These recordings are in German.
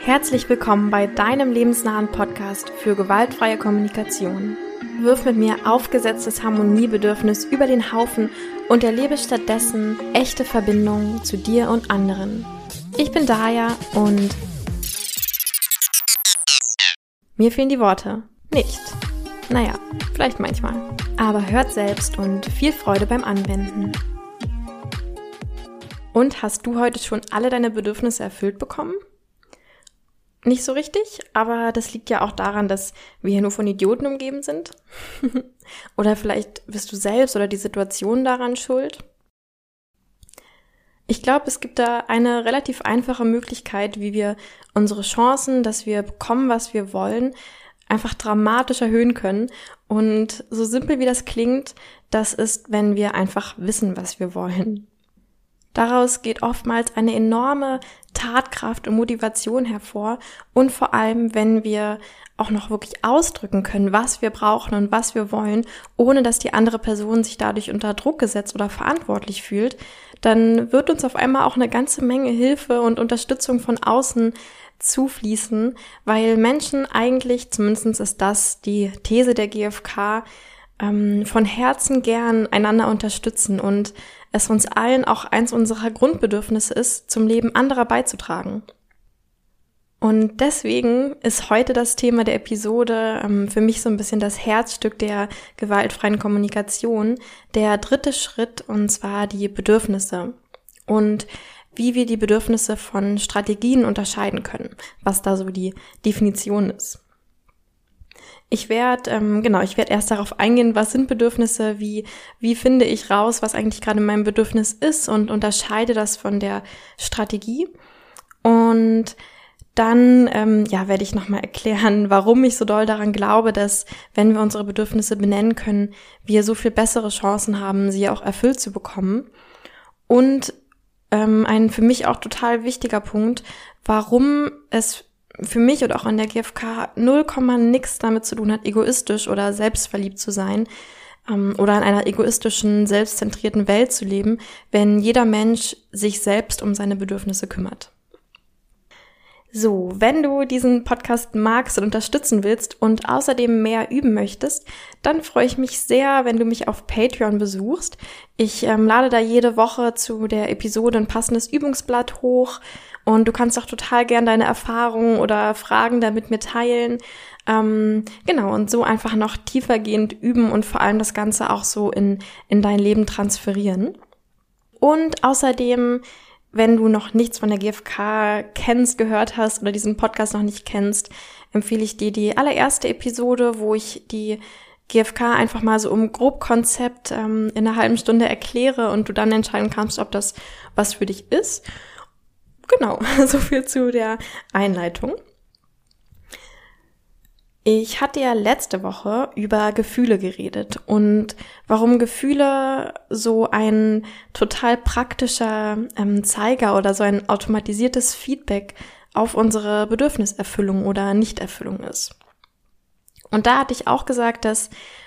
Herzlich willkommen bei deinem lebensnahen Podcast für gewaltfreie Kommunikation. Wirf mit mir aufgesetztes Harmoniebedürfnis über den Haufen und erlebe stattdessen echte Verbindungen zu dir und anderen. Ich bin Daya und mir fehlen die Worte. Nicht. Naja, vielleicht manchmal. Aber hört selbst und viel Freude beim Anwenden. Und hast du heute schon alle deine Bedürfnisse erfüllt bekommen? Nicht so richtig, aber das liegt ja auch daran, dass wir hier nur von Idioten umgeben sind. Oder vielleicht bist du selbst oder die Situation daran schuld. Ich glaube, es gibt da eine relativ einfache Möglichkeit, wie wir unsere Chancen, dass wir bekommen, was wir wollen, einfach dramatisch erhöhen können. Und so simpel wie das klingt, das ist, wenn wir einfach wissen, was wir wollen. Daraus geht oftmals eine enorme Tatkraft und Motivation hervor und vor allem, wenn wir auch noch wirklich ausdrücken können, was wir brauchen und was wir wollen, ohne dass die andere Person sich dadurch unter Druck gesetzt oder verantwortlich fühlt, dann wird uns auf einmal auch eine ganze Menge Hilfe und Unterstützung von außen zufließen, weil Menschen eigentlich, zumindest ist das die These der GfK, von Herzen gern einander unterstützen und es uns allen auch eins unserer Grundbedürfnisse ist, zum Leben anderer beizutragen. Und deswegen ist heute das Thema der Episode für mich so ein bisschen das Herzstück der gewaltfreien Kommunikation, der dritte Schritt, und zwar die Bedürfnisse und wie wir die Bedürfnisse von Strategien unterscheiden können, was da so die Definition ist. Ich werde erst darauf eingehen, was sind Bedürfnisse, wie finde ich raus, was eigentlich gerade mein Bedürfnis ist und unterscheide das von der Strategie. Und dann werde ich nochmal erklären, warum ich so doll daran glaube, dass, wenn wir unsere Bedürfnisse benennen können, wir so viel bessere Chancen haben, sie auch erfüllt zu bekommen. Und ein für mich auch total wichtiger Punkt, warum es für mich oder auch an der GfK 0, nix damit zu tun hat, egoistisch oder selbstverliebt zu sein oder in einer egoistischen, selbstzentrierten Welt zu leben, wenn jeder Mensch sich selbst um seine Bedürfnisse kümmert. So, wenn du diesen Podcast magst und unterstützen willst und außerdem mehr üben möchtest, dann freue ich mich sehr, wenn du mich auf Patreon besuchst. Ich lade da jede Woche zu der Episode ein passendes Übungsblatt hoch und du kannst auch total gern deine Erfahrungen oder Fragen da mit mir teilen. Und so einfach noch tiefergehend üben und vor allem das Ganze auch so in dein Leben transferieren. Und außerdem, wenn du noch nichts von der GfK kennst, gehört hast oder diesen Podcast noch nicht kennst, empfehle ich dir die allererste Episode, wo ich die GfK einfach mal so im Grobkonzept in einer halben Stunde erkläre und du dann entscheiden kannst, ob das was für dich ist. Genau, so viel zu der Einleitung. Ich hatte ja letzte Woche über Gefühle geredet und warum Gefühle so ein total praktischer Zeiger oder so ein automatisiertes Feedback auf unsere Bedürfniserfüllung oder Nichterfüllung ist. Und da hatte ich auch gesagt, dass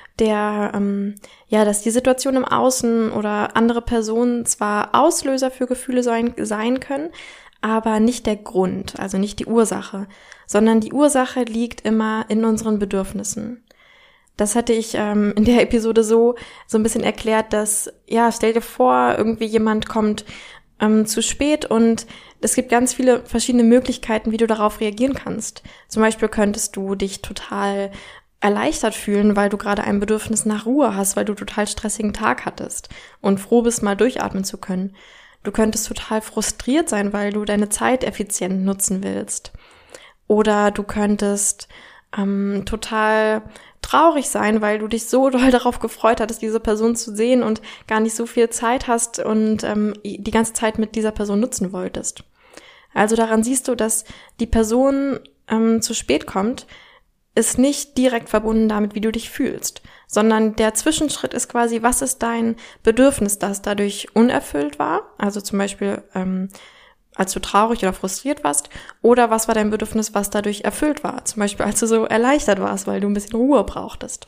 dass die Situation im Außen oder andere Personen zwar Auslöser für Gefühle sein können, aber nicht der Grund, also nicht die Ursache, sondern die Ursache liegt immer in unseren Bedürfnissen. Das hatte ich in der Episode so ein bisschen erklärt, dass, stell dir vor, irgendwie jemand kommt zu spät und es gibt ganz viele verschiedene Möglichkeiten, wie du darauf reagieren kannst. Zum Beispiel könntest du dich total erleichtert fühlen, weil du gerade ein Bedürfnis nach Ruhe hast, weil du total stressigen Tag hattest und froh bist, mal durchatmen zu können. Du könntest total frustriert sein, weil du deine Zeit effizient nutzen willst. Oder du könntest total traurig sein, weil du dich so doll darauf gefreut hattest, diese Person zu sehen und gar nicht so viel Zeit hast und die ganze Zeit mit dieser Person nutzen wolltest. Also daran siehst du, dass die Person zu spät kommt, ist nicht direkt verbunden damit, wie du dich fühlst, sondern der Zwischenschritt ist quasi, was ist dein Bedürfnis, das dadurch unerfüllt war, also zum Beispiel als du traurig oder frustriert warst, oder was war dein Bedürfnis, was dadurch erfüllt war, zum Beispiel als du so erleichtert warst, weil du ein bisschen Ruhe brauchtest.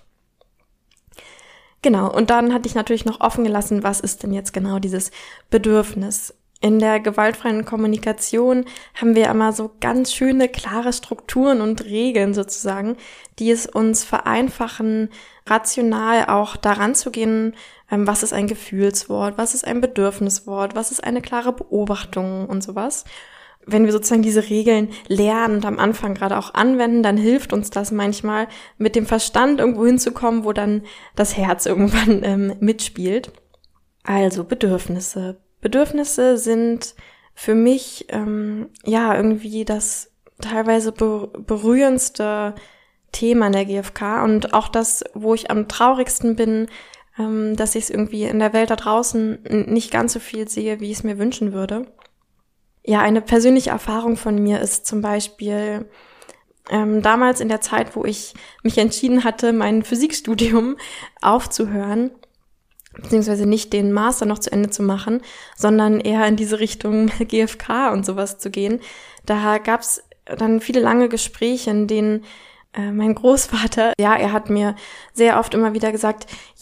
Genau, und dann hatte ich natürlich noch offen gelassen, was ist denn jetzt genau dieses Bedürfnis? In der gewaltfreien Kommunikation haben wir immer so ganz schöne, klare Strukturen und Regeln sozusagen, die es uns vereinfachen, rational auch daran zu gehen, was ist ein Gefühlswort, was ist ein Bedürfniswort, was ist eine klare Beobachtung und sowas. Wenn wir sozusagen diese Regeln lernen und am Anfang gerade auch anwenden, dann hilft uns das manchmal, mit dem Verstand irgendwo hinzukommen, wo dann das Herz irgendwann mitspielt. Also Bedürfnisse. Bedürfnisse sind für mich irgendwie das teilweise berührendste Thema in der GfK und auch das, wo ich am traurigsten bin, dass ich es irgendwie in der Welt da draußen nicht ganz so viel sehe, wie ich es mir wünschen würde. Ja, eine persönliche Erfahrung von mir ist zum Beispiel damals in der Zeit, wo ich mich entschieden hatte, mein Physikstudium aufzuhören, beziehungsweise nicht den Master noch zu Ende zu machen, sondern eher in diese Richtung GfK und sowas zu gehen. Da gab's dann viele lange Gespräche, in denen mein Großvater, er hat mir sehr oft immer wieder gesagt,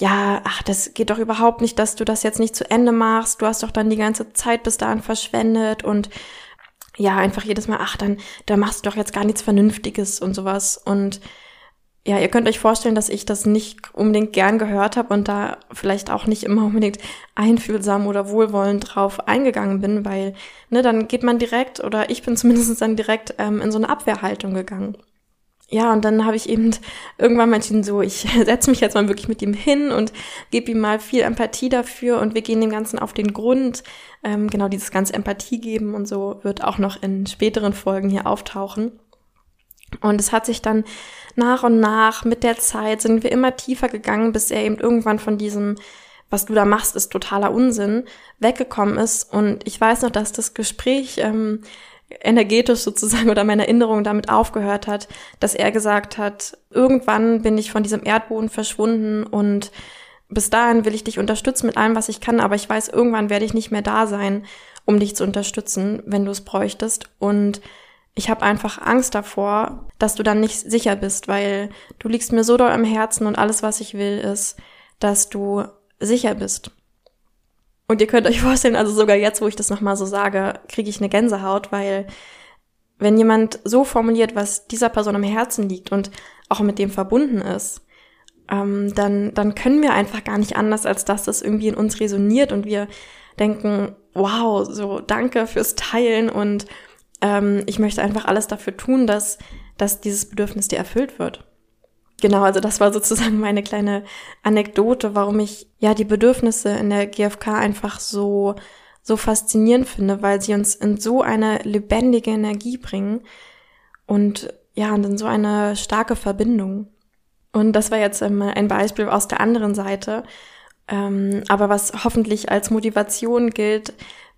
das geht doch überhaupt nicht, dass du das jetzt nicht zu Ende machst, du hast doch dann die ganze Zeit bis dahin verschwendet und einfach jedes Mal, da machst du doch jetzt gar nichts Vernünftiges und sowas und ihr könnt euch vorstellen, dass ich das nicht unbedingt gern gehört habe und da vielleicht auch nicht immer unbedingt einfühlsam oder wohlwollend drauf eingegangen bin, weil dann geht man direkt, oder ich bin zumindest dann direkt in so eine Abwehrhaltung gegangen. Ja, und dann habe ich eben irgendwann mal entschieden, so, ich setze mich jetzt mal wirklich mit ihm hin und gebe ihm mal viel Empathie dafür und wir gehen dem Ganzen auf den Grund. Genau, dieses ganze Empathie geben und so wird auch noch in späteren Folgen hier auftauchen. Und es hat sich dann nach und nach mit der Zeit sind wir immer tiefer gegangen, bis er eben irgendwann von diesem, was du da machst, ist totaler Unsinn, weggekommen ist. Und ich weiß noch, dass das Gespräch energetisch sozusagen oder meine Erinnerung damit aufgehört hat, dass er gesagt hat, irgendwann bin ich von diesem Erdboden verschwunden und bis dahin will ich dich unterstützen mit allem, was ich kann, aber ich weiß, irgendwann werde ich nicht mehr da sein, um dich zu unterstützen, wenn du es bräuchtest. Und ich habe einfach Angst davor, dass du dann nicht sicher bist, weil du liegst mir so doll am Herzen und alles, was ich will, ist, dass du sicher bist. Und ihr könnt euch vorstellen, also sogar jetzt, wo ich das nochmal so sage, kriege ich eine Gänsehaut, weil wenn jemand so formuliert, was dieser Person am Herzen liegt und auch mit dem verbunden ist, dann können wir einfach gar nicht anders, als dass das irgendwie in uns resoniert und wir denken, wow, so danke fürs Teilen und ich möchte einfach alles dafür tun, dass dieses Bedürfnis dir erfüllt wird. Genau, also das war sozusagen meine kleine Anekdote, warum ich die Bedürfnisse in der GfK einfach so faszinierend finde, weil sie uns in so eine lebendige Energie bringen und in so eine starke Verbindung. Und das war jetzt mal ein Beispiel aus der anderen Seite, aber was hoffentlich als Motivation gilt,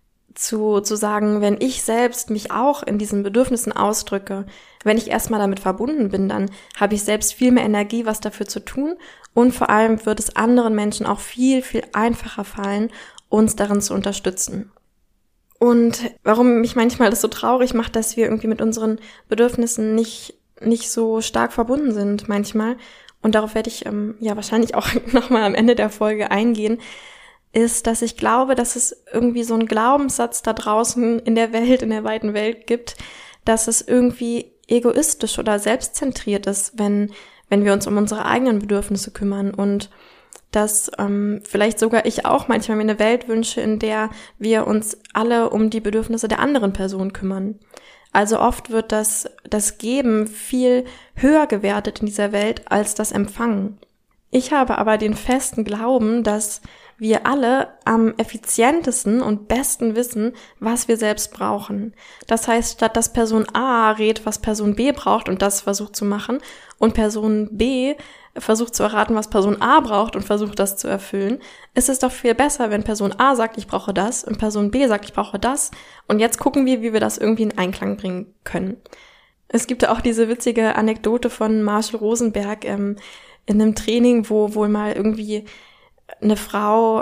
zu sagen, wenn ich selbst mich auch in diesen Bedürfnissen ausdrücke, wenn ich erstmal damit verbunden bin, dann habe ich selbst viel mehr Energie, was dafür zu tun und vor allem wird es anderen Menschen auch viel, viel einfacher fallen, uns darin zu unterstützen. Und warum mich manchmal das so traurig macht, dass wir irgendwie mit unseren Bedürfnissen nicht so stark verbunden sind manchmal, und darauf werde ich wahrscheinlich auch nochmal am Ende der Folge eingehen, ist, dass ich glaube, dass es irgendwie so einen Glaubenssatz da draußen in der Welt, in der weiten Welt gibt, dass es irgendwie egoistisch oder selbstzentriert ist, wenn wir uns um unsere eigenen Bedürfnisse kümmern und dass vielleicht sogar ich auch manchmal mir eine Welt wünsche, in der wir uns alle um die Bedürfnisse der anderen Person kümmern. Also oft wird das Geben viel höher gewertet in dieser Welt als das Empfangen. Ich habe aber den festen Glauben, dass wir alle am effizientesten und besten wissen, was wir selbst brauchen. Das heißt, statt dass Person A rät, was Person B braucht und das versucht zu machen und Person B versucht zu erraten, was Person A braucht und versucht das zu erfüllen, ist es doch viel besser, wenn Person A sagt, ich brauche das und Person B sagt, ich brauche das und jetzt gucken wir, wie wir das irgendwie in Einklang bringen können. Es gibt ja auch diese witzige Anekdote von Marshall Rosenberg in einem Training, wo wohl mal irgendwie eine Frau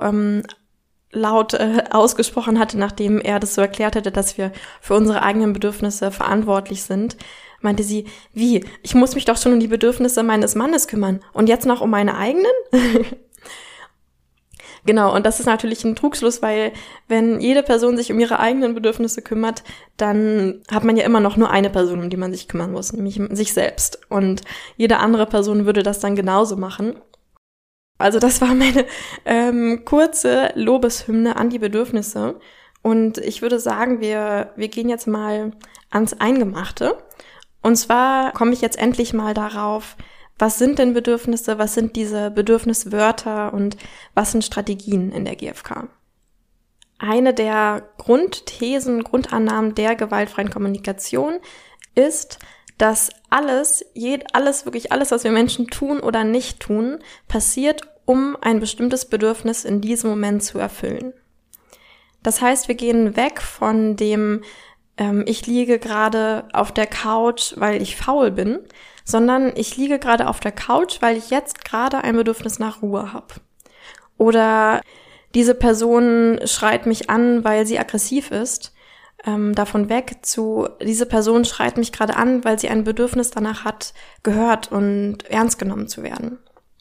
laut ausgesprochen hatte, nachdem er das so erklärt hatte, dass wir für unsere eigenen Bedürfnisse verantwortlich sind, meinte sie, wie? Ich muss mich doch schon um die Bedürfnisse meines Mannes kümmern und jetzt noch um meine eigenen? Genau, und das ist natürlich ein Trugschluss, weil wenn jede Person sich um ihre eigenen Bedürfnisse kümmert, dann hat man ja immer noch nur eine Person, um die man sich kümmern muss, nämlich sich selbst. Und jede andere Person würde das dann genauso machen. Also das war meine kurze Lobeshymne an die Bedürfnisse. Und ich würde sagen, wir gehen jetzt mal ans Eingemachte. Und zwar komme ich jetzt endlich mal darauf, was sind denn Bedürfnisse, was sind diese Bedürfniswörter und was sind Strategien in der GfK? Eine der Grundthesen, Grundannahmen der gewaltfreien Kommunikation ist, dass wirklich alles, was wir Menschen tun oder nicht tun, passiert, um ein bestimmtes Bedürfnis in diesem Moment zu erfüllen. Das heißt, wir gehen weg von dem, ich liege gerade auf der Couch, weil ich faul bin, sondern ich liege gerade auf der Couch, weil ich jetzt gerade ein Bedürfnis nach Ruhe habe. Oder diese Person schreit mich an, weil sie aggressiv ist. Davon weg zu, diese Person schreit mich gerade an, weil sie ein Bedürfnis danach hat, gehört und ernst genommen zu werden.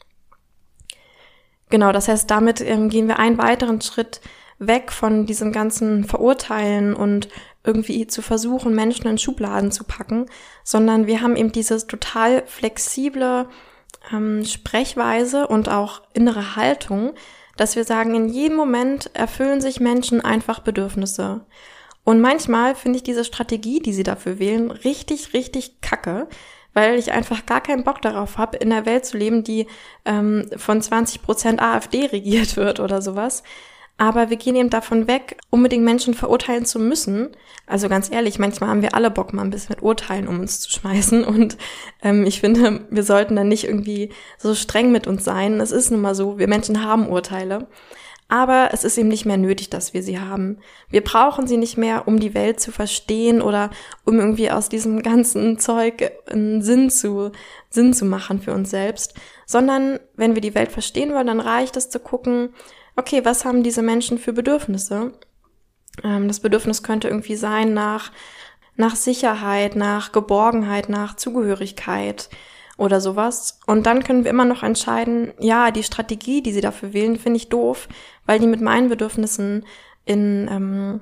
Genau, das heißt, damit gehen wir einen weiteren Schritt weg von diesem ganzen Verurteilen und irgendwie zu versuchen, Menschen in Schubladen zu packen, sondern wir haben eben diese total flexible Sprechweise und auch innere Haltung, dass wir sagen, in jedem Moment erfüllen sich Menschen einfach Bedürfnisse. Und manchmal finde ich diese Strategie, die sie dafür wählen, richtig, richtig kacke, weil ich einfach gar keinen Bock darauf habe, in einer Welt zu leben, die von 20% AfD regiert wird oder sowas. Aber wir gehen eben davon weg, unbedingt Menschen verurteilen zu müssen. Also ganz ehrlich, manchmal haben wir alle Bock, mal ein bisschen mit Urteilen um uns zu schmeißen. Und ich finde, wir sollten dann nicht irgendwie so streng mit uns sein. Es ist nun mal so, wir Menschen haben Urteile. Aber es ist eben nicht mehr nötig, dass wir sie haben. Wir brauchen sie nicht mehr, um die Welt zu verstehen oder um irgendwie aus diesem ganzen Zeug einen Sinn zu machen für uns selbst. Sondern wenn wir die Welt verstehen wollen, dann reicht es zu gucken, okay, was haben diese Menschen für Bedürfnisse? Das Bedürfnis könnte irgendwie sein nach Sicherheit, nach Geborgenheit, nach Zugehörigkeit oder sowas. Und dann können wir immer noch entscheiden, ja, die Strategie, die sie dafür wählen, finde ich doof, weil die mit meinen Bedürfnissen in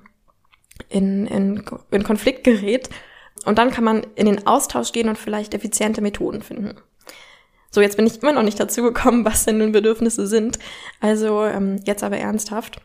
Konflikt gerät. Und dann kann man in den Austausch gehen und vielleicht effiziente Methoden finden. So, jetzt bin ich immer noch nicht dazu gekommen, was denn nun Bedürfnisse sind. Also jetzt aber ernsthaft.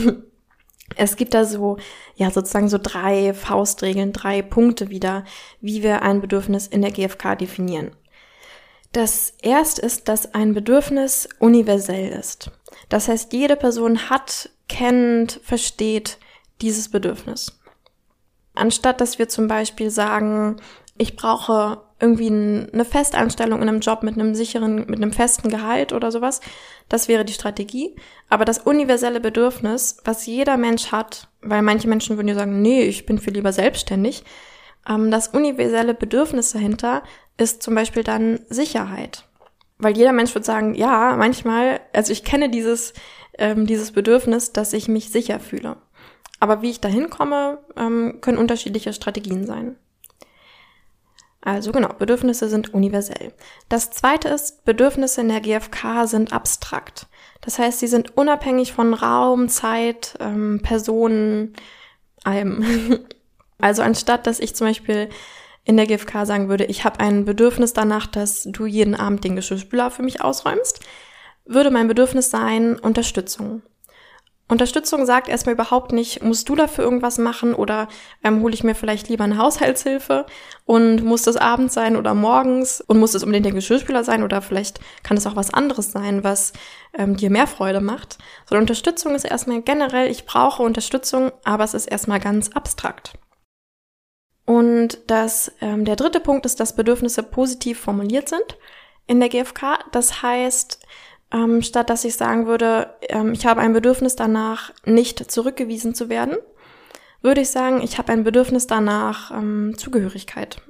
Es gibt da sozusagen 3 Faustregeln, 3 Punkte wieder, wie wir ein Bedürfnis in der GfK definieren. Das erste ist, dass ein Bedürfnis universell ist. Das heißt, jede Person hat, kennt, versteht dieses Bedürfnis. Anstatt dass wir zum Beispiel sagen, ich brauche irgendwie eine Festanstellung in einem Job mit einem festen Gehalt oder sowas, das wäre die Strategie. Aber das universelle Bedürfnis, was jeder Mensch hat, weil manche Menschen würden ja sagen, nee, ich bin viel lieber selbstständig, das universelle Bedürfnis dahinter ist zum Beispiel dann Sicherheit. Weil jeder Mensch wird sagen, ja, manchmal, also ich kenne dieses Bedürfnis, dass ich mich sicher fühle. Aber wie ich dahin komme, können unterschiedliche Strategien sein. Also genau, Bedürfnisse sind universell. Das zweite ist, Bedürfnisse in der GfK sind abstrakt. Das heißt, sie sind unabhängig von Raum, Zeit, Personen, allem. Also anstatt, dass ich zum Beispiel in der GfK sagen würde, ich habe ein Bedürfnis danach, dass du jeden Abend den Geschirrspüler für mich ausräumst, würde mein Bedürfnis sein, Unterstützung. Unterstützung sagt erstmal überhaupt nicht, musst du dafür irgendwas machen oder hole ich mir vielleicht lieber eine Haushaltshilfe und muss das abends sein oder morgens und muss es unbedingt der Geschirrspüler sein oder vielleicht kann es auch was anderes sein, was dir mehr Freude macht. So, Unterstützung ist erstmal generell, ich brauche Unterstützung, aber es ist erstmal ganz abstrakt. Und der dritte Punkt ist, dass Bedürfnisse positiv formuliert sind in der GfK. Das heißt, statt dass ich sagen würde, ich habe ein Bedürfnis danach, nicht zurückgewiesen zu werden, würde ich sagen, ich habe ein Bedürfnis danach, Zugehörigkeit.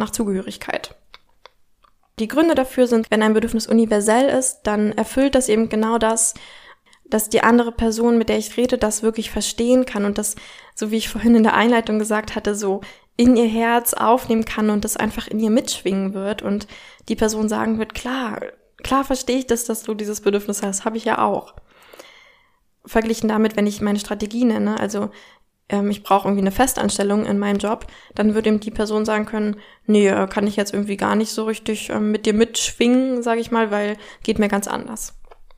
Die Gründe dafür sind, wenn ein Bedürfnis universell ist, dann erfüllt das eben genau das, dass die andere Person, mit der ich rede, das wirklich verstehen kann und das, so wie ich vorhin in der Einleitung gesagt hatte, so in ihr Herz aufnehmen kann und das einfach in ihr mitschwingen wird und die Person sagen wird, klar verstehe ich das, dass du dieses Bedürfnis hast, habe ich ja auch. verglichen damit, wenn ich meine Strategie nenne, also ich brauche irgendwie eine Festanstellung in meinem Job, dann würde ihm die Person sagen können, nee, kann ich jetzt irgendwie gar nicht so richtig mit dir mitschwingen, sage ich mal, weil geht mir ganz anders.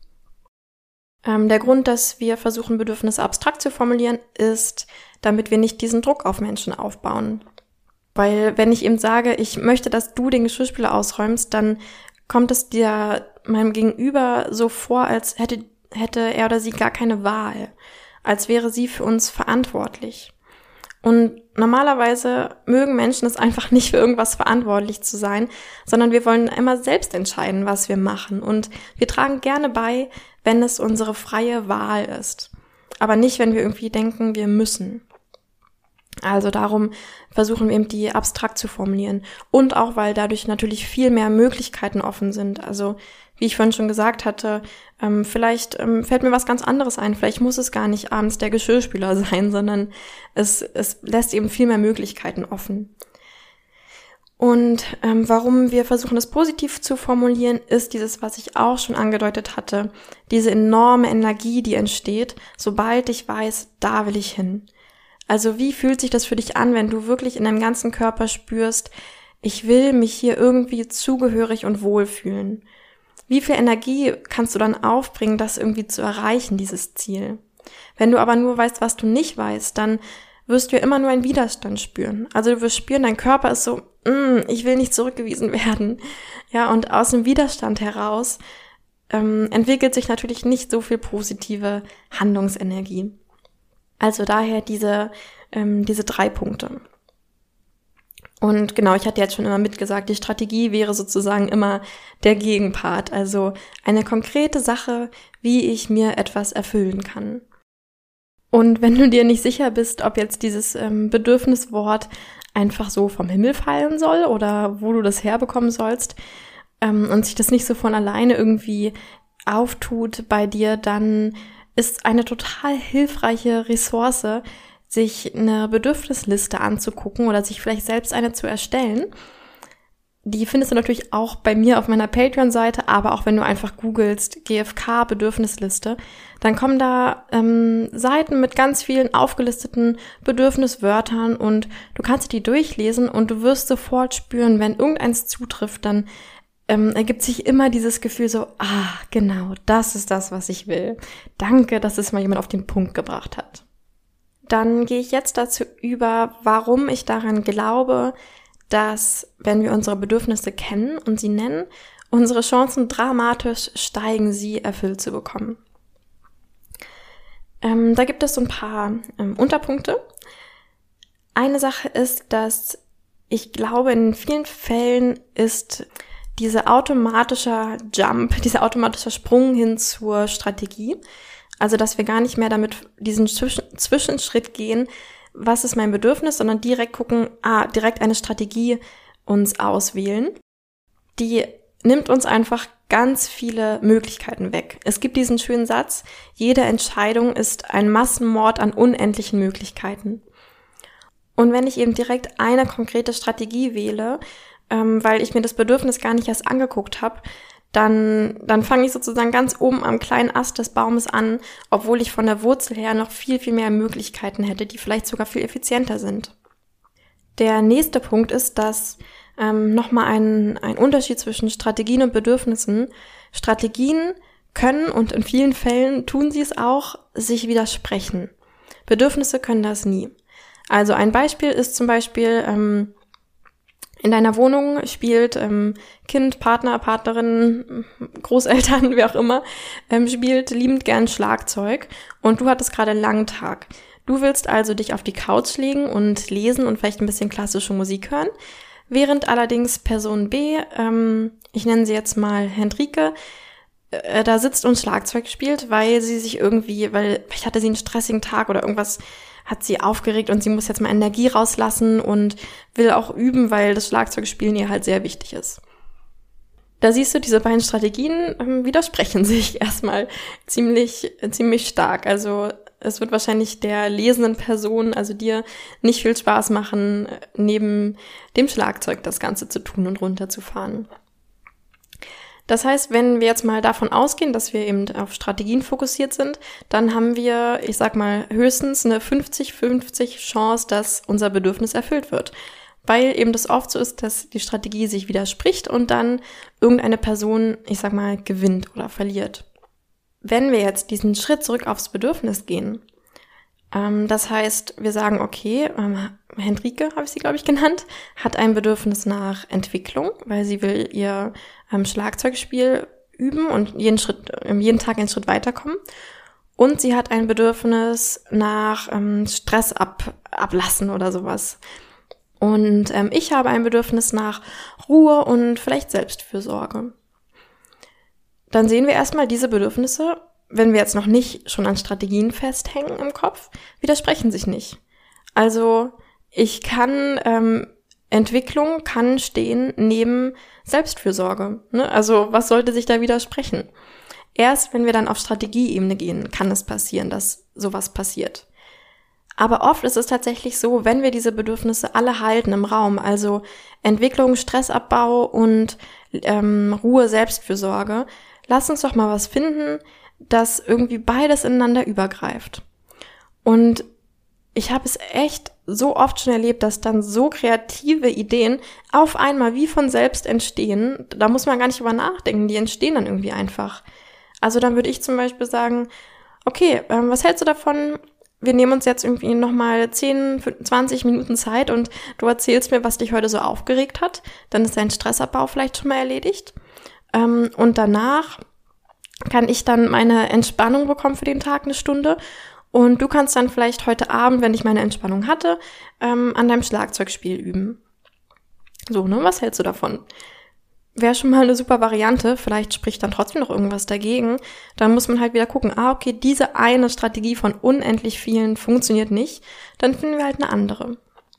Der Grund, dass wir versuchen, Bedürfnisse abstrakt zu formulieren, ist, damit wir nicht diesen Druck auf Menschen aufbauen. Weil wenn ich ihm sage, ich möchte, dass du den Geschirrspüler ausräumst, dann kommt es dir meinem Gegenüber so vor, als hätte er oder sie gar keine Wahl, als wäre sie für uns verantwortlich. Und normalerweise mögen Menschen es einfach nicht, für irgendwas verantwortlich zu sein, sondern wir wollen immer selbst entscheiden, was wir machen. Und wir tragen gerne bei, wenn es unsere freie Wahl ist. Aber nicht, wenn wir irgendwie denken, wir müssen. Also darum versuchen wir eben die abstrakt zu formulieren. Und auch, weil dadurch natürlich viel mehr Möglichkeiten offen sind. Also wie ich vorhin schon gesagt hatte, vielleicht fällt mir was ganz anderes ein. Vielleicht muss es gar nicht abends der Geschirrspüler sein, sondern es lässt eben viel mehr Möglichkeiten offen. Und warum wir versuchen, das positiv zu formulieren, ist dieses, was ich auch schon angedeutet hatte, diese enorme Energie, die entsteht, sobald ich weiß, da will ich hin. Also wie fühlt sich das für dich an, wenn du wirklich in deinem ganzen Körper spürst, ich will mich hier irgendwie zugehörig und wohlfühlen? Wie viel Energie kannst du dann aufbringen, das irgendwie zu erreichen, dieses Ziel? Wenn du aber nur weißt, was du nicht weißt, dann wirst du ja immer nur einen Widerstand spüren. Also du wirst spüren, dein Körper ist so, ich will nicht zurückgewiesen werden. Ja, und aus dem Widerstand heraus entwickelt sich natürlich nicht so viel positive Handlungsenergie. Also daher diese 3 Punkte. Und genau, ich hatte jetzt schon immer mitgesagt, die Strategie wäre sozusagen immer der Gegenpart, also eine konkrete Sache, wie ich mir etwas erfüllen kann. Und wenn du dir nicht sicher bist, ob jetzt dieses Bedürfniswort einfach so vom Himmel fallen soll oder wo du das herbekommen sollst und sich das nicht so von alleine irgendwie auftut bei dir, dann ist eine total hilfreiche Ressource, sich eine Bedürfnisliste anzugucken oder sich vielleicht selbst eine zu erstellen. Die findest du natürlich auch bei mir auf meiner Patreon-Seite, aber auch wenn du einfach googelst GfK-Bedürfnisliste, dann kommen da Seiten mit ganz vielen aufgelisteten Bedürfniswörtern und du kannst die durchlesen und du wirst sofort spüren, wenn irgendeins zutrifft, dann ergibt sich immer dieses Gefühl so, genau, das ist das, was ich will. Danke, dass es mal jemand auf den Punkt gebracht hat. Dann gehe ich jetzt dazu über, warum ich daran glaube, dass, wenn wir unsere Bedürfnisse kennen und sie nennen, unsere Chancen dramatisch steigen, sie erfüllt zu bekommen. Da gibt es so ein paar Unterpunkte. Eine Sache ist, dass ich glaube, in vielen Fällen ist dieser automatische Sprung hin zur Strategie, also dass wir gar nicht mehr damit diesen Zwischenschritt gehen, was ist mein Bedürfnis, sondern direkt gucken, direkt eine Strategie uns auswählen. Die nimmt uns einfach ganz viele Möglichkeiten weg. Es gibt diesen schönen Satz, jede Entscheidung ist ein Massenmord an unendlichen Möglichkeiten. Und wenn ich eben direkt eine konkrete Strategie wähle, weil ich mir das Bedürfnis gar nicht erst angeguckt habe, dann fange ich sozusagen ganz oben am kleinen Ast des Baumes an, obwohl ich von der Wurzel her noch viel, viel mehr Möglichkeiten hätte, die vielleicht sogar viel effizienter sind. Der nächste Punkt ist, dass nochmal ein Unterschied zwischen Strategien und Bedürfnissen. Strategien können, und in vielen Fällen tun sie es auch, sich widersprechen. Bedürfnisse können das nie. Also ein Beispiel ist zum Beispiel, in deiner Wohnung spielt Kind, Partner, Partnerin, Großeltern, wie auch immer, spielt liebend gern Schlagzeug und du hattest gerade einen langen Tag. Du willst also dich auf die Couch legen und lesen und vielleicht ein bisschen klassische Musik hören, während allerdings Person B, ich nenne sie jetzt mal Hendrike, da sitzt und Schlagzeug spielt, weil vielleicht hatte sie einen stressigen Tag oder irgendwas hat sie aufgeregt und sie muss jetzt mal Energie rauslassen und will auch üben, weil das Schlagzeugspielen ihr halt sehr wichtig ist. Da siehst du, diese beiden Strategien widersprechen sich erstmal ziemlich stark. Also es wird wahrscheinlich der lesenden Person, also dir, nicht viel Spaß machen, neben dem Schlagzeug das Ganze zu tun und runterzufahren. Das heißt, wenn wir jetzt mal davon ausgehen, dass wir eben auf Strategien fokussiert sind, dann haben wir, ich sag mal, höchstens eine 50-50 Chance, dass unser Bedürfnis erfüllt wird. Weil eben das oft so ist, dass die Strategie sich widerspricht und dann irgendeine Person, ich sag mal, gewinnt oder verliert. Wenn wir jetzt diesen Schritt zurück aufs Bedürfnis gehen, das heißt, wir sagen, okay, Henrike, habe ich sie, glaube ich, genannt, hat ein Bedürfnis nach Entwicklung, weil sie will ihr Schlagzeugspiel üben und jeden Tag einen Schritt weiterkommen. Und sie hat ein Bedürfnis nach Stress ablassen oder sowas. Und ich habe ein Bedürfnis nach Ruhe und vielleicht Selbstfürsorge. Dann sehen wir erstmal diese Bedürfnisse, wenn wir jetzt noch nicht schon an Strategien festhängen im Kopf, widersprechen sich nicht. Also Entwicklung kann stehen neben Selbstfürsorge. Ne? Also was sollte sich da widersprechen? Erst wenn wir dann auf Strategieebene gehen, kann es passieren, dass sowas passiert. Aber oft ist es tatsächlich so, wenn wir diese Bedürfnisse alle halten im Raum, also Entwicklung, Stressabbau und Ruhe, Selbstfürsorge, lass uns doch mal was finden, dass irgendwie beides ineinander übergreift. Und ich habe es echt so oft schon erlebt, dass dann so kreative Ideen auf einmal wie von selbst entstehen. Da muss man gar nicht drüber nachdenken, die entstehen dann irgendwie einfach. Also dann würde ich zum Beispiel sagen, okay, was hältst du davon? Wir nehmen uns jetzt irgendwie nochmal 10, 20 Minuten Zeit und du erzählst mir, was dich heute so aufgeregt hat. Dann ist dein Stressabbau vielleicht schon mal erledigt. Und danach kann ich dann meine Entspannung bekommen für den Tag, eine Stunde. Und du kannst dann vielleicht heute Abend, wenn ich meine Entspannung hatte, an deinem Schlagzeugspiel üben. So, ne? Was hältst du davon? Wäre schon mal eine super Variante. Vielleicht spricht dann trotzdem noch irgendwas dagegen. Dann muss man halt wieder gucken, okay, diese eine Strategie von unendlich vielen funktioniert nicht. Dann finden wir halt eine andere.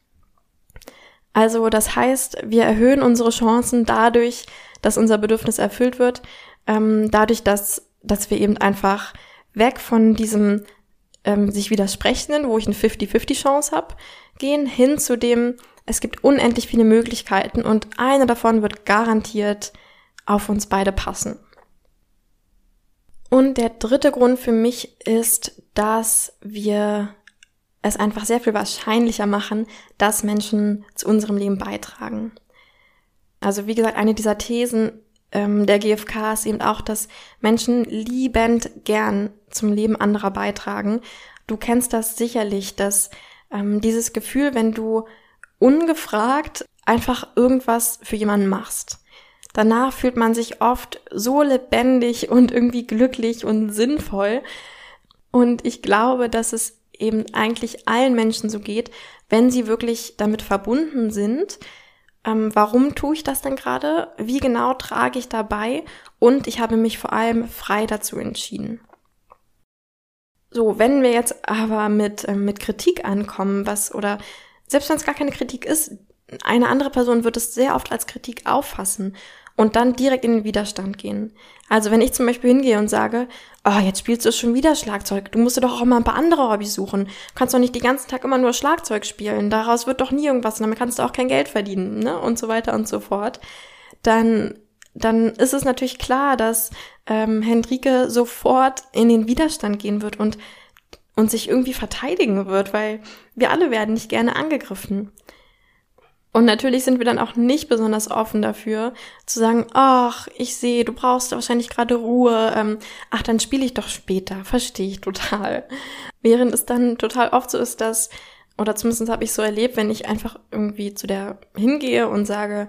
Also das heißt, wir erhöhen unsere Chancen dadurch, dass unser Bedürfnis erfüllt wird, dadurch, dass wir eben einfach weg von diesem sich widersprechenden, wo ich eine 50-50 Chance habe, gehen hin zu dem, es gibt unendlich viele Möglichkeiten und eine davon wird garantiert auf uns beide passen. Und der dritte Grund für mich ist, dass wir es einfach sehr viel wahrscheinlicher machen, dass Menschen zu unserem Leben beitragen. Also wie gesagt, eine dieser Thesen der GfK ist eben auch, dass Menschen liebend gern zum Leben anderer beitragen. Du kennst das sicherlich, dass dieses Gefühl, wenn du ungefragt einfach irgendwas für jemanden machst. Danach fühlt man sich oft so lebendig und irgendwie glücklich und sinnvoll. Und ich glaube, dass es eben eigentlich allen Menschen so geht, wenn sie wirklich damit verbunden sind. Warum tue ich das denn gerade? Wie genau trage ich dabei? Und ich habe mich vor allem frei dazu entschieden. So, wenn wir jetzt aber mit Kritik ankommen, oder selbst wenn es gar keine Kritik ist, eine andere Person wird es sehr oft als Kritik auffassen und dann direkt in den Widerstand gehen. Also wenn ich zum Beispiel hingehe und sage, jetzt spielst du schon wieder Schlagzeug, du musst dir doch auch mal ein paar andere Hobbys suchen. Du kannst doch nicht den ganzen Tag immer nur Schlagzeug spielen, daraus wird doch nie irgendwas, und damit kannst du auch kein Geld verdienen, ne? Und so weiter und so fort. Dann ist es natürlich klar, dass Henrike sofort in den Widerstand gehen wird und sich irgendwie verteidigen wird, weil wir alle werden nicht gerne angegriffen. Und natürlich sind wir dann auch nicht besonders offen dafür, zu sagen, ich sehe, du brauchst wahrscheinlich gerade Ruhe, dann spiele ich doch später, verstehe ich total. Während es dann total oft so ist, dass, oder zumindest habe ich so erlebt, wenn ich einfach irgendwie zu der hingehe und sage,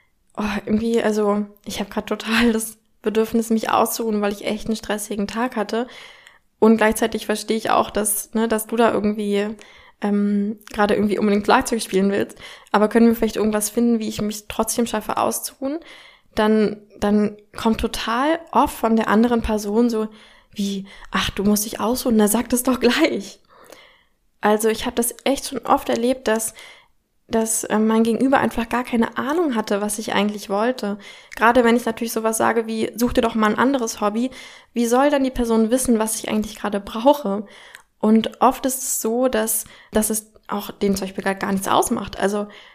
ich habe gerade total das Bedürfnis, mich auszuruhen, weil ich echt einen stressigen Tag hatte. Und gleichzeitig verstehe ich auch, dass du da irgendwie gerade irgendwie unbedingt Schlagzeug spielen willst, aber können wir vielleicht irgendwas finden, wie ich mich trotzdem schaffe auszuruhen, dann kommt total oft von der anderen Person so wie, du musst dich ausruhen, na sag das doch gleich. Also ich habe das echt schon oft erlebt, dass mein Gegenüber einfach gar keine Ahnung hatte, was ich eigentlich wollte. Gerade wenn ich natürlich sowas sage wie, such dir doch mal ein anderes Hobby, wie soll dann die Person wissen, was ich eigentlich gerade brauche? Und oft ist es so, dass es auch denen zum Beispiel gar nichts ausmacht. Also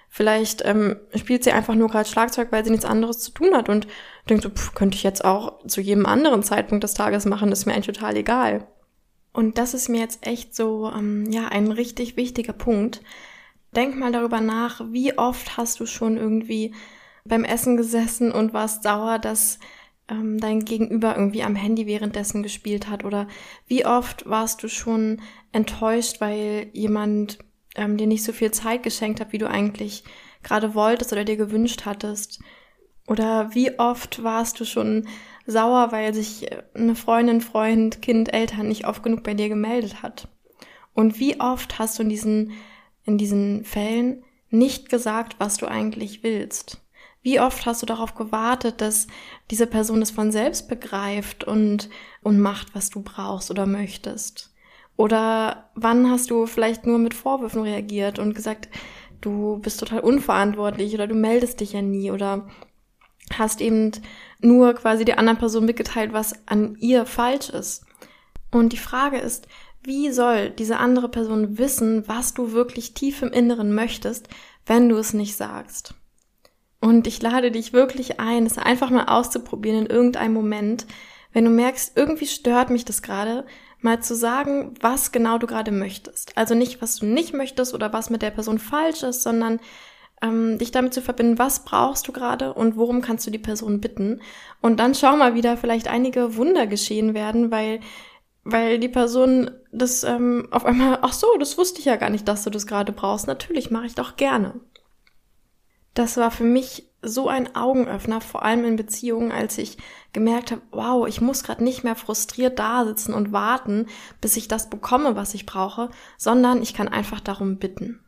Vielleicht spielt sie einfach nur gerade Schlagzeug, weil sie nichts anderes zu tun hat und denkt so, könnte ich jetzt auch zu jedem anderen Zeitpunkt des Tages machen, ist mir eigentlich total egal. Und das ist mir jetzt echt so, ein richtig wichtiger Punkt. Denk mal darüber nach, wie oft hast du schon irgendwie beim Essen gesessen und warst sauer, dass dein Gegenüber irgendwie am Handy währenddessen gespielt hat, oder wie oft warst du schon enttäuscht, weil jemand dir nicht so viel Zeit geschenkt hat, wie du eigentlich gerade wolltest oder dir gewünscht hattest. Oder wie oft warst du schon sauer, weil sich eine Freundin, Freund, Kind, Eltern nicht oft genug bei dir gemeldet hat. Und wie oft hast du in diesen Fällen nicht gesagt, was du eigentlich willst? Wie oft hast du darauf gewartet, dass diese Person es von selbst begreift und macht, was du brauchst oder möchtest? Oder wann hast du vielleicht nur mit Vorwürfen reagiert und gesagt, du bist total unverantwortlich oder du meldest dich ja nie, oder hast eben nur quasi der anderen Person mitgeteilt, was an ihr falsch ist. Und die Frage ist, wie soll diese andere Person wissen, was du wirklich tief im Inneren möchtest, wenn du es nicht sagst? Und ich lade dich wirklich ein, es einfach mal auszuprobieren in irgendeinem Moment, wenn du merkst, irgendwie stört mich das gerade, mal zu sagen, was genau du gerade möchtest. Also nicht, was du nicht möchtest oder was mit der Person falsch ist, sondern dich damit zu verbinden, was brauchst du gerade und worum kannst du die Person bitten. Und dann schau mal, wie da vielleicht einige Wunder geschehen werden, weil die Person das auf einmal, ach so, das wusste ich ja gar nicht, dass du das gerade brauchst. Natürlich, mache ich doch gerne. Das war für mich so ein Augenöffner, vor allem in Beziehungen, als ich gemerkt habe, wow, ich muss gerade nicht mehr frustriert da sitzen und warten, bis ich das bekomme, was ich brauche, sondern ich kann einfach darum bitten.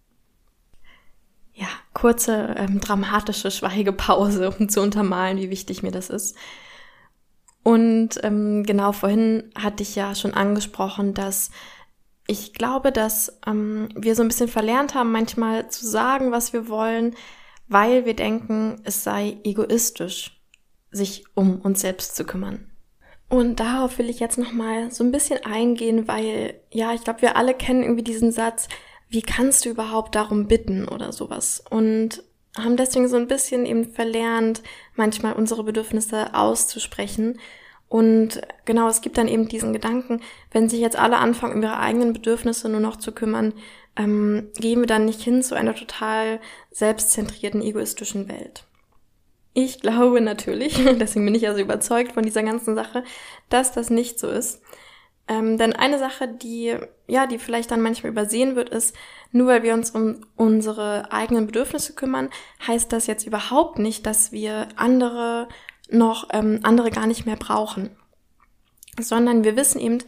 Ja, kurze dramatische Schweigepause, um zu untermalen, wie wichtig mir das ist. Und genau, vorhin hatte ich ja schon angesprochen, dass ich glaube, dass wir so ein bisschen verlernt haben, manchmal zu sagen, was wir wollen, weil wir denken, es sei egoistisch, sich um uns selbst zu kümmern. Und darauf will ich jetzt nochmal so ein bisschen eingehen, weil, ja, ich glaube, wir alle kennen irgendwie diesen Satz, wie kannst du überhaupt darum bitten oder sowas? Und haben deswegen so ein bisschen eben verlernt, manchmal unsere Bedürfnisse auszusprechen. Und genau, es gibt dann eben diesen Gedanken, wenn sich jetzt alle anfangen, um ihre eigenen Bedürfnisse nur noch zu kümmern, gehen wir dann nicht hin zu einer total selbstzentrierten, egoistischen Welt. Ich glaube natürlich, deswegen bin ich also überzeugt von dieser ganzen Sache, dass das nicht so ist. Denn eine Sache, die vielleicht dann manchmal übersehen wird, ist, nur weil wir uns um unsere eigenen Bedürfnisse kümmern, heißt das jetzt überhaupt nicht, dass wir andere gar nicht mehr brauchen. Sondern wir wissen eben,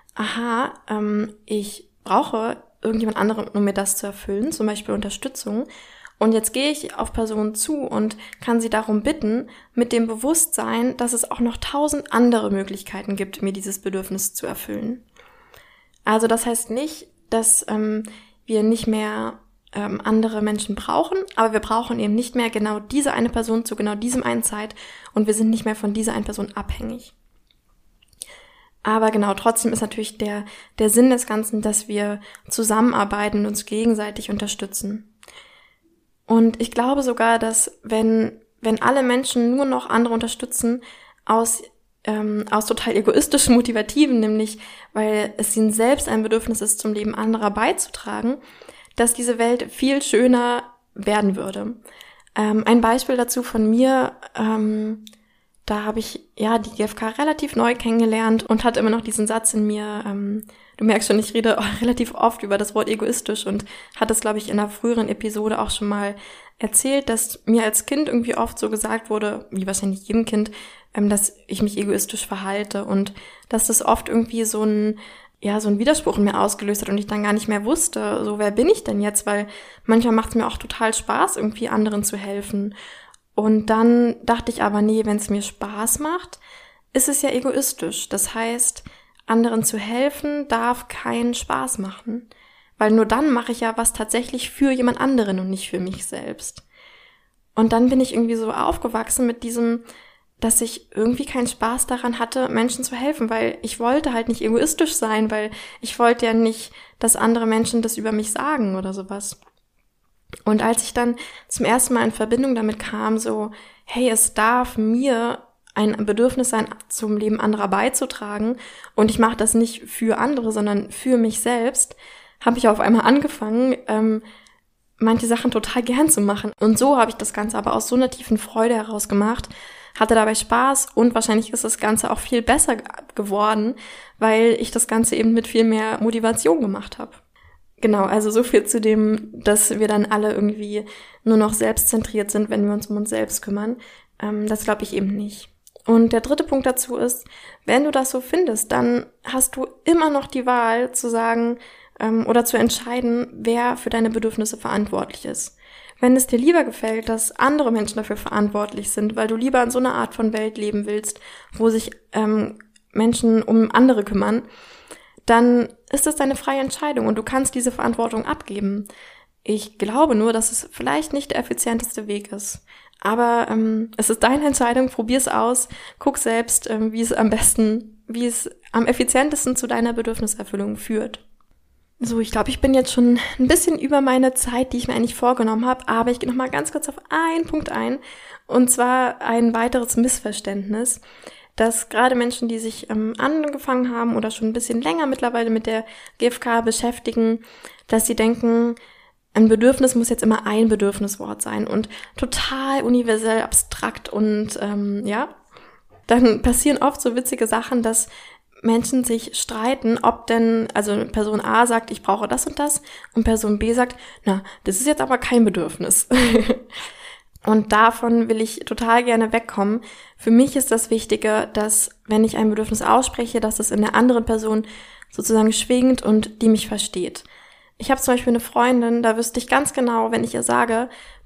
ich brauche irgendjemand anderen, um mir das zu erfüllen, zum Beispiel Unterstützung. Und jetzt gehe ich auf Personen zu und kann sie darum bitten, mit dem Bewusstsein, dass es auch noch 1000 andere Möglichkeiten gibt, mir dieses Bedürfnis zu erfüllen. Also das heißt nicht, dass wir nicht mehr andere Menschen brauchen, aber wir brauchen eben nicht mehr genau diese eine Person zu genau diesem einen Zeit und wir sind nicht mehr von dieser einen Person abhängig. Aber genau, trotzdem ist natürlich der Sinn des Ganzen, dass wir zusammenarbeiten und uns gegenseitig unterstützen. Und ich glaube sogar, dass wenn alle Menschen nur noch andere unterstützen, aus total egoistischen Motivativen, nämlich weil es ihnen selbst ein Bedürfnis ist, zum Leben anderer beizutragen, dass diese Welt viel schöner werden würde. Ein Beispiel dazu von mir, da habe ich die GfK relativ neu kennengelernt und hatte immer noch diesen Satz in mir, du merkst schon, ich rede relativ oft über das Wort egoistisch und hatte es, glaube ich, in einer früheren Episode auch schon mal erzählt, dass mir als Kind irgendwie oft so gesagt wurde, wie wahrscheinlich jedem Kind, dass ich mich egoistisch verhalte und dass das oft irgendwie so ein Widerspruch in mir ausgelöst hat und ich dann gar nicht mehr wusste, so wer bin ich denn jetzt, weil manchmal macht es mir auch total Spaß, irgendwie anderen zu helfen. Und dann dachte ich aber, nee, wenn es mir Spaß macht, ist es ja egoistisch. Das heißt, anderen zu helfen darf keinen Spaß machen, weil nur dann mache ich ja was tatsächlich für jemand anderen und nicht für mich selbst. Und dann bin ich irgendwie so aufgewachsen mit diesem, dass ich irgendwie keinen Spaß daran hatte, Menschen zu helfen, weil ich wollte halt nicht egoistisch sein, weil ich wollte ja nicht, dass andere Menschen das über mich sagen oder sowas. Und als ich dann zum ersten Mal in Verbindung damit kam, so, hey, es darf mir ein Bedürfnis sein, zum Leben anderer beizutragen und ich mache das nicht für andere, sondern für mich selbst, habe ich auf einmal angefangen, manche Sachen total gern zu machen. Und so habe ich das Ganze aber aus so einer tiefen Freude heraus gemacht, hatte dabei Spaß und wahrscheinlich ist das Ganze auch viel besser geworden, weil ich das Ganze eben mit viel mehr Motivation gemacht habe. Genau, also so viel zu dem, dass wir dann alle irgendwie nur noch selbstzentriert sind, wenn wir uns um uns selbst kümmern. Das glaube ich eben nicht. Und der dritte Punkt dazu ist, wenn du das so findest, dann hast du immer noch die Wahl zu sagen oder zu entscheiden, wer für deine Bedürfnisse verantwortlich ist. Wenn es dir lieber gefällt, dass andere Menschen dafür verantwortlich sind, weil du lieber in so einer Art von Welt leben willst, wo sich Menschen um andere kümmern, dann ist das deine freie Entscheidung und du kannst diese Verantwortung abgeben. Ich glaube nur, dass es vielleicht nicht der effizienteste Weg ist. Aber es ist deine Entscheidung, probier es aus, guck selbst, wie es am effizientesten zu deiner Bedürfniserfüllung führt. So, ich glaube, ich bin jetzt schon ein bisschen über meine Zeit, die ich mir eigentlich vorgenommen habe, aber ich gehe nochmal ganz kurz auf einen Punkt ein, und zwar ein weiteres Missverständnis, dass gerade Menschen, die sich angefangen haben oder schon ein bisschen länger mittlerweile mit der GfK beschäftigen, dass sie denken, ein Bedürfnis muss jetzt immer ein Bedürfniswort sein und total universell abstrakt und dann passieren oft so witzige Sachen, dass Menschen sich streiten, ob denn, also Person A sagt, ich brauche das und Person B sagt, na, das ist jetzt aber kein Bedürfnis. Und davon will ich total gerne wegkommen. Für mich ist das Wichtige, dass, wenn ich ein Bedürfnis ausspreche, dass es in der anderen Person sozusagen schwingt und die mich versteht. Ich habe zum Beispiel eine Freundin, da wüsste ich ganz genau, wenn ich ihr sage,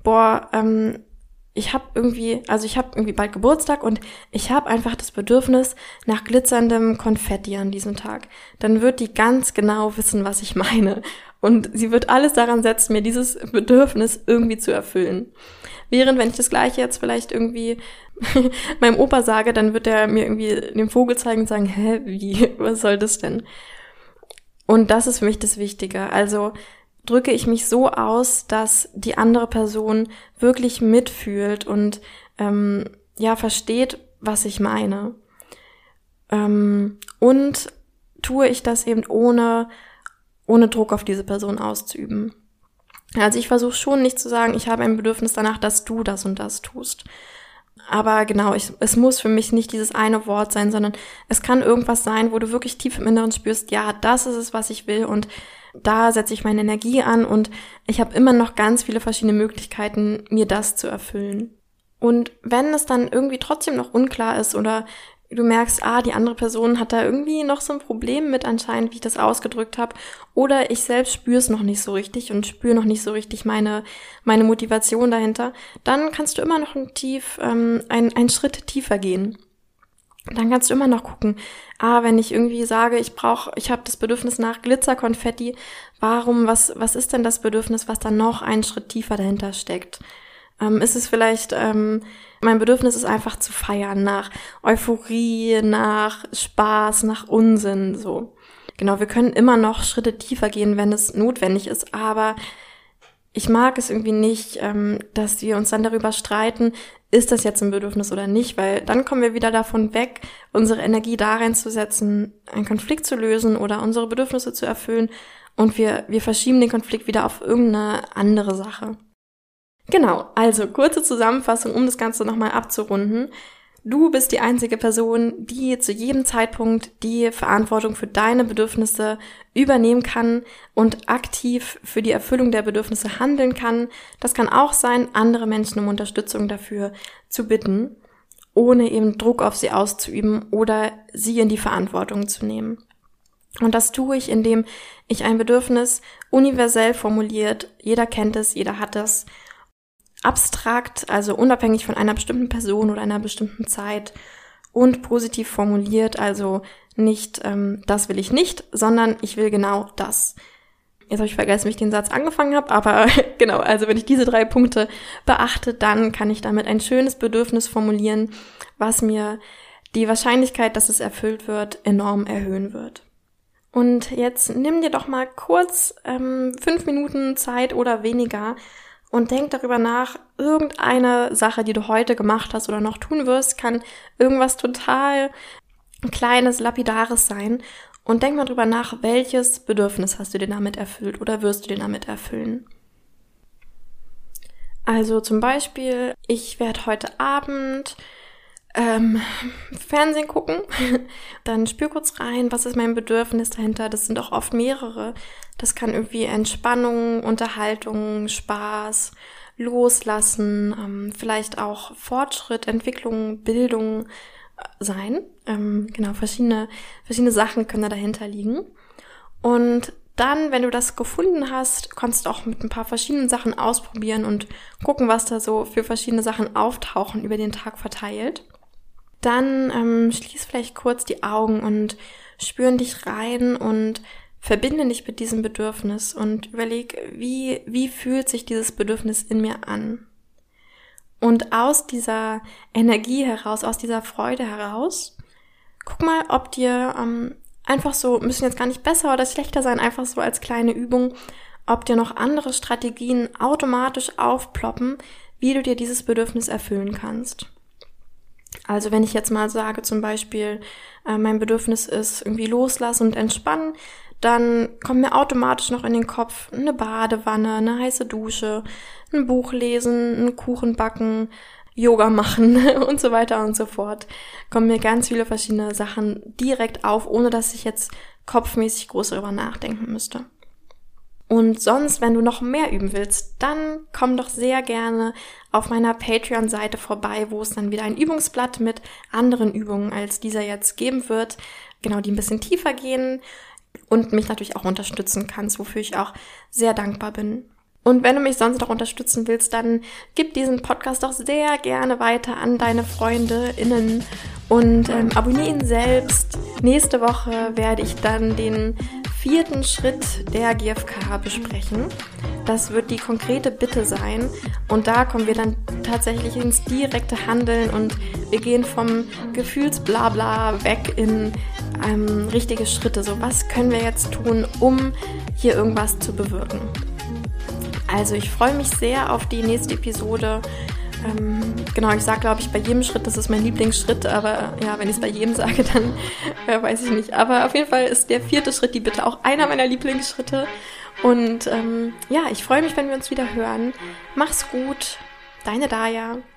ich habe irgendwie bald Geburtstag und ich habe einfach das Bedürfnis nach glitzerndem Konfetti an diesem Tag. Dann wird die ganz genau wissen, was ich meine. Und sie wird alles daran setzen, mir dieses Bedürfnis irgendwie zu erfüllen. Während, wenn ich das Gleiche jetzt vielleicht irgendwie meinem Opa sage, dann wird er mir irgendwie den Vogel zeigen und sagen, was soll das denn? Und das ist für mich das Wichtige. Also drücke ich mich so aus, dass die andere Person wirklich mitfühlt und versteht, was ich meine. Und tue ich das eben ohne Druck auf diese Person auszuüben. Also ich versuche schon nicht zu sagen, ich habe ein Bedürfnis danach, dass du das und das tust. Aber genau, es muss für mich nicht dieses eine Wort sein, sondern es kann irgendwas sein, wo du wirklich tief im Inneren spürst, ja, das ist es, was ich will und da setze ich meine Energie an und ich habe immer noch ganz viele verschiedene Möglichkeiten, mir das zu erfüllen. Und wenn es dann irgendwie trotzdem noch unklar ist oder du merkst, die andere Person hat da irgendwie noch so ein Problem mit anscheinend, wie ich das ausgedrückt habe, oder ich selbst spüre es noch nicht so richtig und spüre noch nicht so richtig meine Motivation dahinter, dann kannst du immer noch einen Schritt tiefer gehen. Dann kannst du immer noch gucken, wenn ich irgendwie sage, ich habe das Bedürfnis nach Glitzerkonfetti, was ist denn das Bedürfnis, was dann noch einen Schritt tiefer dahinter steckt? Ist es vielleicht, mein Bedürfnis ist einfach zu feiern, nach Euphorie, nach Spaß, nach Unsinn, so. Genau, wir können immer noch Schritte tiefer gehen, wenn es notwendig ist, aber ich mag es irgendwie nicht, dass wir uns dann darüber streiten, ist das jetzt ein Bedürfnis oder nicht, weil dann kommen wir wieder davon weg, unsere Energie da reinzusetzen, einen Konflikt zu lösen oder unsere Bedürfnisse zu erfüllen und wir verschieben den Konflikt wieder auf irgendeine andere Sache. Genau, also kurze Zusammenfassung, um das Ganze nochmal abzurunden. Du bist die einzige Person, die zu jedem Zeitpunkt die Verantwortung für deine Bedürfnisse übernehmen kann und aktiv für die Erfüllung der Bedürfnisse handeln kann. Das kann auch sein, andere Menschen um Unterstützung dafür zu bitten, ohne eben Druck auf sie auszuüben oder sie in die Verantwortung zu nehmen. Und das tue ich, indem ich ein Bedürfnis universell formuliert, jeder kennt es, jeder hat es, abstrakt, also unabhängig von einer bestimmten Person oder einer bestimmten Zeit und positiv formuliert, also nicht, das will ich nicht, sondern ich will genau das. Jetzt habe ich vergessen, wie ich den Satz angefangen habe, aber genau, also wenn ich diese 3 Punkte beachte, dann kann ich damit ein schönes Bedürfnis formulieren, was mir die Wahrscheinlichkeit, dass es erfüllt wird, enorm erhöhen wird. Und jetzt nimm dir doch mal kurz 5 Minuten Zeit oder weniger, und denk darüber nach, irgendeine Sache, die du heute gemacht hast oder noch tun wirst, kann irgendwas total Kleines, Lapidares sein. Und denk mal drüber nach, welches Bedürfnis hast du dir damit erfüllt oder wirst du dir damit erfüllen. Also zum Beispiel, ich werde heute Abend Fernsehen gucken, dann spür kurz rein, was ist mein Bedürfnis dahinter. Das sind auch oft mehrere. Das kann irgendwie Entspannung, Unterhaltung, Spaß, Loslassen, vielleicht auch Fortschritt, Entwicklung, Bildung sein. Genau, verschiedene Sachen können da dahinter liegen. Und dann, wenn du das gefunden hast, kannst du auch mit ein paar verschiedenen Sachen ausprobieren und gucken, was da so für verschiedene Sachen auftauchen über den Tag verteilt. Dann schließ vielleicht kurz die Augen und spür in dich rein und verbinde dich mit diesem Bedürfnis und überleg, wie fühlt sich dieses Bedürfnis in mir an? Und aus dieser Energie heraus, aus dieser Freude heraus, guck mal, ob dir einfach so, müssen jetzt gar nicht besser oder schlechter sein, einfach so als kleine Übung, ob dir noch andere Strategien automatisch aufploppen, wie du dir dieses Bedürfnis erfüllen kannst. Also wenn ich jetzt mal sage, zum Beispiel, mein Bedürfnis ist irgendwie loslassen und entspannen, dann kommt mir automatisch noch in den Kopf eine Badewanne, eine heiße Dusche, ein Buch lesen, einen Kuchen backen, Yoga machen und so weiter und so fort. Kommen mir ganz viele verschiedene Sachen direkt auf, ohne dass ich jetzt kopfmäßig groß darüber nachdenken müsste. Und sonst, wenn du noch mehr üben willst, dann komm doch sehr gerne auf meiner Patreon-Seite vorbei, wo es dann wieder ein Übungsblatt mit anderen Übungen als dieser jetzt geben wird, genau, die ein bisschen tiefer gehen und mich natürlich auch unterstützen kannst, wofür ich auch sehr dankbar bin. Und wenn du mich sonst noch unterstützen willst, dann gib diesen Podcast doch sehr gerne weiter an deine FreundInnen und abonniere ihn selbst. Nächste Woche werde ich dann den 4. Schritt der GfK besprechen. Das wird die konkrete Bitte sein und da kommen wir dann tatsächlich ins direkte Handeln und wir gehen vom Gefühlsblabla weg in richtige Schritte. So, was können wir jetzt tun, um hier irgendwas zu bewirken? Also ich freue mich sehr auf die nächste Episode. Genau, ich sage, glaube ich, bei jedem Schritt, das ist mein Lieblingsschritt, aber ja, wenn ich es bei jedem sage, dann weiß ich nicht. Aber auf jeden Fall ist der 4. Schritt, die Bitte, auch einer meiner Lieblingsschritte. Und ja, ich freue mich, wenn wir uns wieder hören. Mach's gut, deine Daya.